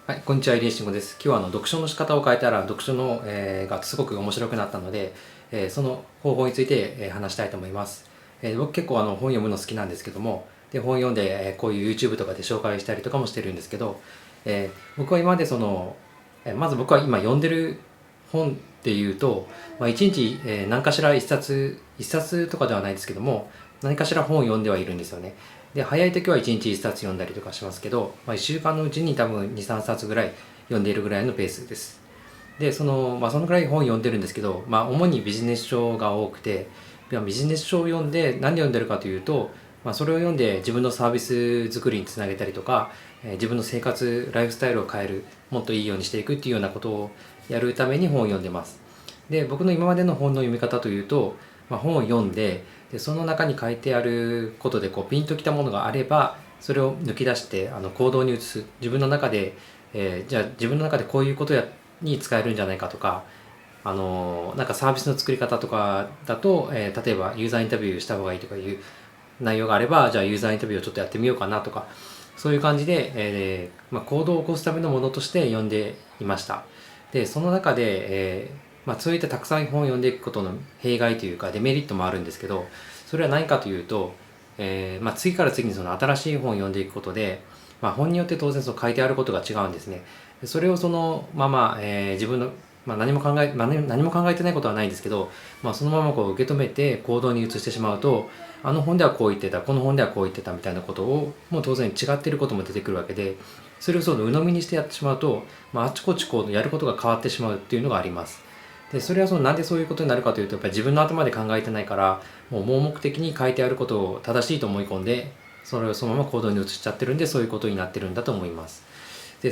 はい、こんにちは、入江慎吾です。今日は読書の仕方を変えたら読書の、がすごく面白くなったので、その方法について、話したいと思います。僕結構本読むの好きなんですけども、で本読んで、こういう YouTube とかで紹介したりとかもしてるんですけど、僕は今までまず僕は今読んでる本っていうと、1日、何かしら一冊とかではないですけども、何かしら本を読んではいるんですよね。で早い時は1日1冊読んだりとかしますけど、1週間のうちに多分23冊ぐらい読んでいるぐらいのペースです。でそのぐらい本読んでるんですけど、主にビジネス書が多くて、ビジネス書を読んで何で読んでるかというと、それを読んで自分のサービス作りにつなげたりとか、自分の生活ライフスタイルを変える、もっといいようにしていくっていうようなことをやるために本を読んでます。で僕の今までの本の読み方というと、本を読んでその中に書いてあることでピンときたものがあれば、それを抜き出して行動に移す。自分の中で、じゃあ自分の中でこういうことに使えるんじゃないかとか、なんかサービスの作り方とかだと、例えばユーザーインタビューした方がいいとかいう内容があれば、じゃあユーザーインタビューをちょっとやってみようかなとか、そういう感じで、行動を起こすためのものとして読んでいました。でその中で、そういったたくさん本を読んでいくことの弊害というかデメリットもあるんですけど、それは何かというと、次から次にその新しい本を読んでいくことで、本によって当然書いてあることが違うんですね。それをそのまま、自分の、何も考えてないことはないんですけど、そのまま受け止めて行動に移してしまうと、あの本ではこう言ってた、この本ではこう言ってたみたいなことをもう当然違っていることも出てくるわけで、それを鵜呑みにしてやってしまうと、あちこちやることが変わってしまうっていうのがあります。でそれはなんでそういうことになるかというと、やっぱり自分の頭で考えてないから、もう盲目的に書いてあることを正しいと思い込んで、それをそのまま行動に移しちゃってるんで、そういうことになってるんだと思います。で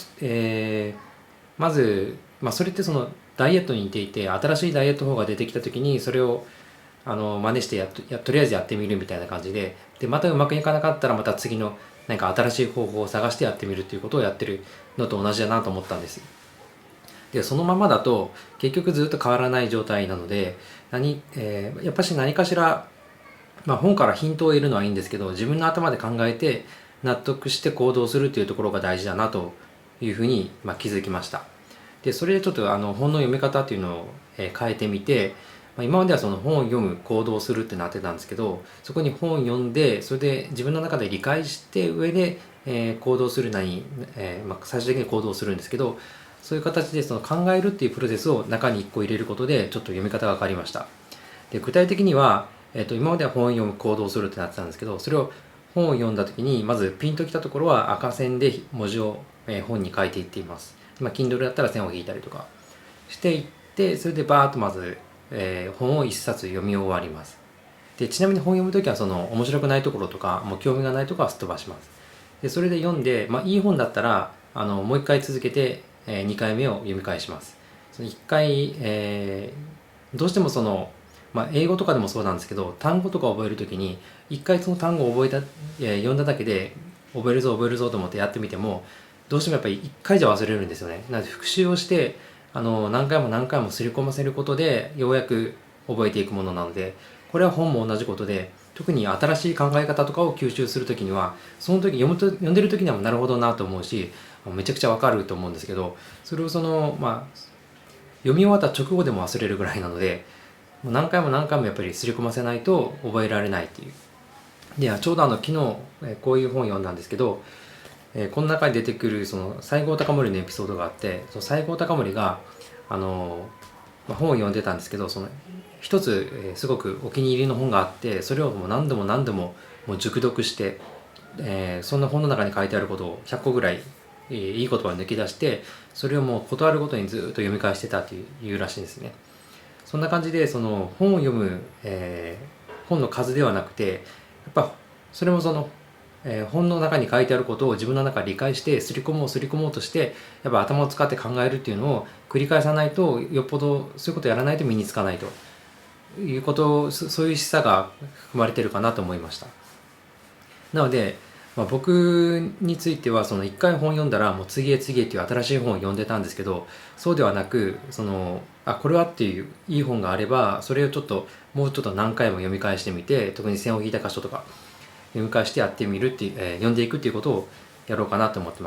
まず、それってダイエットに似ていて、新しいダイエット法が出てきた時にそれを真似してとりあえずやってみるみたいな感じで、またうまくいかなかったらまた次の何か新しい方法を探してやってみるっていうことをやってるのと同じだなと思ったんです。でそのままだと結局ずっと変わらない状態なので、やっぱし何かしら、本からヒントを得るのはいいんですけど、自分の頭で考えて納得して行動するっていうところが大事だなというふうに、気づきました。でそれでちょっと本の読み方っていうのを変えてみて、今まではその本を読む行動するってなってたんですけど、そこに本を読んでそれで自分の中で理解して上で、行動する最終的に行動するんですけど、そういう形で考えるっていうプロセスを中に1個入れることでちょっと読み方が変わりました。で具体的には、今までは本を読む行動するってなってたんですけど、それを本を読んだ時にまずピンときたところは赤線で文字を、本に書いていっています。Kindle だったら線を引いたりとかしていって、それでバーッとまず、本を1冊読み終わります。でちなみに本を読む時は面白くないところとかもう興味がないところはすっ飛ばします。でそれで読んで、いい本だったらもう一回続けて、2回目を読み返します。その1回、どうしても英語とかでもそうなんですけど、単語とか覚えるときに1回その単語を読んだだけで覚えるぞ覚えるぞと思ってやってみても、どうしてもやっぱり1回じゃ忘れるんですよね。なので復習をして何回も何回も刷り込ませることでようやく覚えていくものなので、これは本も同じことで、特に新しい考え方とかを吸収するときには、その時読んでる時にはなるほどなと思うし、めちゃくちゃわかると思うんですけど、それを読み終わった直後でも忘れるぐらいなので、もう何回も何回もやっぱり刷り込ませないと覚えられないっていう。でちょうど昨日こういう本を読んだんですけど、この中に出てくる西郷隆盛のエピソードがあって、その西郷隆盛が本を読んでたんですけど、一つ、すごくお気に入りの本があって、それをもう何度も何度ももう熟読して、そんな本の中に書いてあることを100個ぐらい、いい言葉を抜き出して、それをもう事あるごとにずっと読み返してたっていうらしいんですね。そんな感じで本を読む、本の数ではなくて、やっぱそれも本の中に書いてあることを自分の中で理解して刷り込もうとして、やっぱ頭を使って考えるっていうのを繰り返さないと、よっぽどそういうことをやらないと身につかないということ、そういう示唆が含まれてるかなと思いました。なので、僕については一回本読んだらもう次へ次へっていう新しい本を読んでたんですけど、そうではなくこれはっていういい本があれば、それをもうちょっと何回も読み返してみて、特に線を引いた箇所とか読み返してやってみるっていう、読んでいくっていうことをやろうかなと思ってます。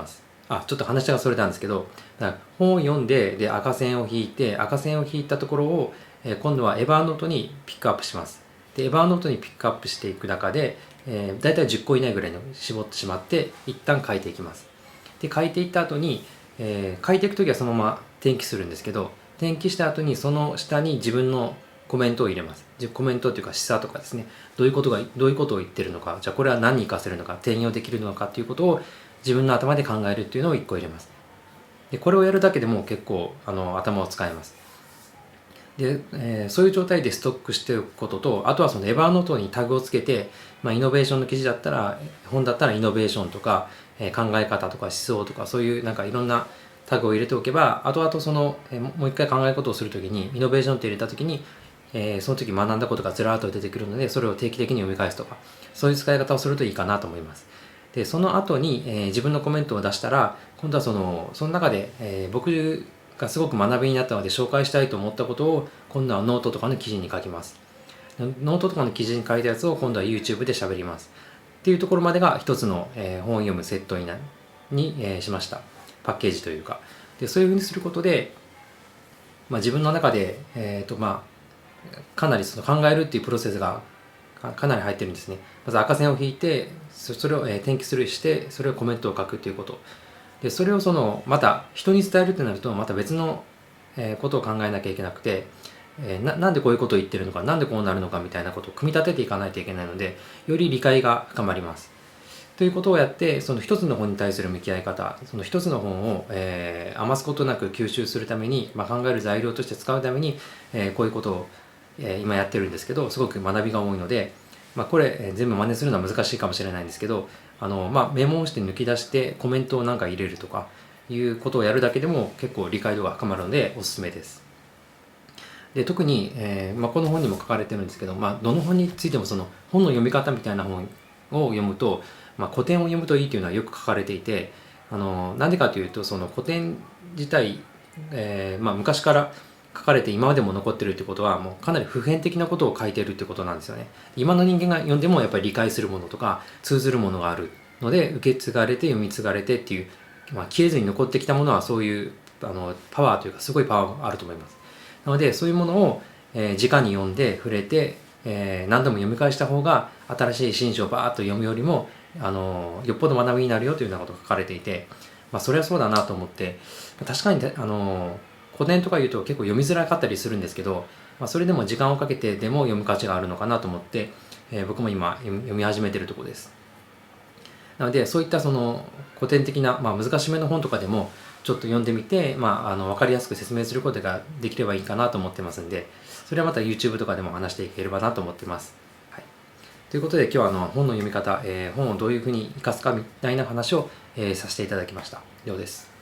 ちょっと話がそれたんですけど、だから本を読んで赤線を引いて、赤線を引いたところを、今度はエヴァーノートにピックアップします。でエヴァーノートにピックアップしていく中で、だいたい10個以内ぐらいに絞ってしまって一旦書いていきます。で書いていった後に、書いていく時はそのまま転記するんですけど、転記した後にその下に自分のコメントを入れます。コメントというか示唆とかですね、どういうことを言ってるのか、じゃあこれは何に活かせるのか、転用できるのかということを自分の頭で考えるっていうのを1個入れます。でこれをやるだけでも結構頭を使えます。で、そういう状態でストックしておくことと、あとはそのエヴァーノートにタグをつけて、イノベーションの記事だったら、本だったらイノベーションとか、考え方とか思想とか、そういうなんかいろんなタグを入れておけば、後々その、もう一回考えることをするときに、イノベーションって入れたときに、その時学んだことがずらーっと出てくるので、それを定期的に読み返すとか、そういう使い方をするといいかなと思います。でその後に、自分のコメントを出したら、今度はその中で、僕がすごく学びになったので紹介したいと思ったことを今度はノートとかの記事に書きます。ノートとかの記事に書いたやつを今度は YouTube で喋りますっていうところまでが一つの、本を読むセットにしました。パッケージというか。でそういうふうにすることで、自分の中で、かなりその考えるっていうプロセスがかなり入ってるんですね。まず赤線を引いて、それを転記して、それをコメントを書くっていうこと。で、それをまた人に伝えるってなると、また別のことを考えなきゃいけなくて、なんでこういうことを言ってるのか、なんでこうなるのかみたいなことを組み立てていかないといけないので、より理解が深まります。ということをやって、その一つの本に対する向き合い方、その一つの本を、余すことなく吸収するために、考える材料として使うために、こういうことを、今やってるんですけど、すごく学びが多いので、これ、全部真似するのは難しいかもしれないんですけど、メモをして抜き出してコメントをなんか入れるとかいうことをやるだけでも結構理解度が深まるのでおすすめです。で特に、この本にも書かれてるんですけど、どの本についてもその本の読み方みたいな本を読むと、古典を読むといいというのはよく書かれていて、なんでかというとその古典自体、昔から書かれて今までも残ってるってことはもうかなり普遍的なことを書いてるってことなんですよね。今の人間が読んでもやっぱり理解するものとか通ずるものがあるので、受け継がれて読み継がれてっていう、消えずに残ってきたものはそういうパワーというかすごいパワーがあると思います。なのでそういうものを、直に読んで触れて、何度も読み返した方が新しい新書をバーッと読むよりもよっぽど学びになるよというようなことが書かれていて、それはそうだなと思って、確かに古典とか言うと結構読みづらかったりするんですけど、それでも時間をかけてでも読む価値があるのかなと思って、僕も今読み始めてるところです。なのでそういったその古典的な、難しめの本とかでもちょっと読んでみて、分かりやすく説明することができればいいかなと思ってますんで、それはまた YouTube とかでも話していければなと思ってます。はい、ということで今日は本の読み方、本をどういうふうに生かすかみたいな話を、させていただきました。以上です。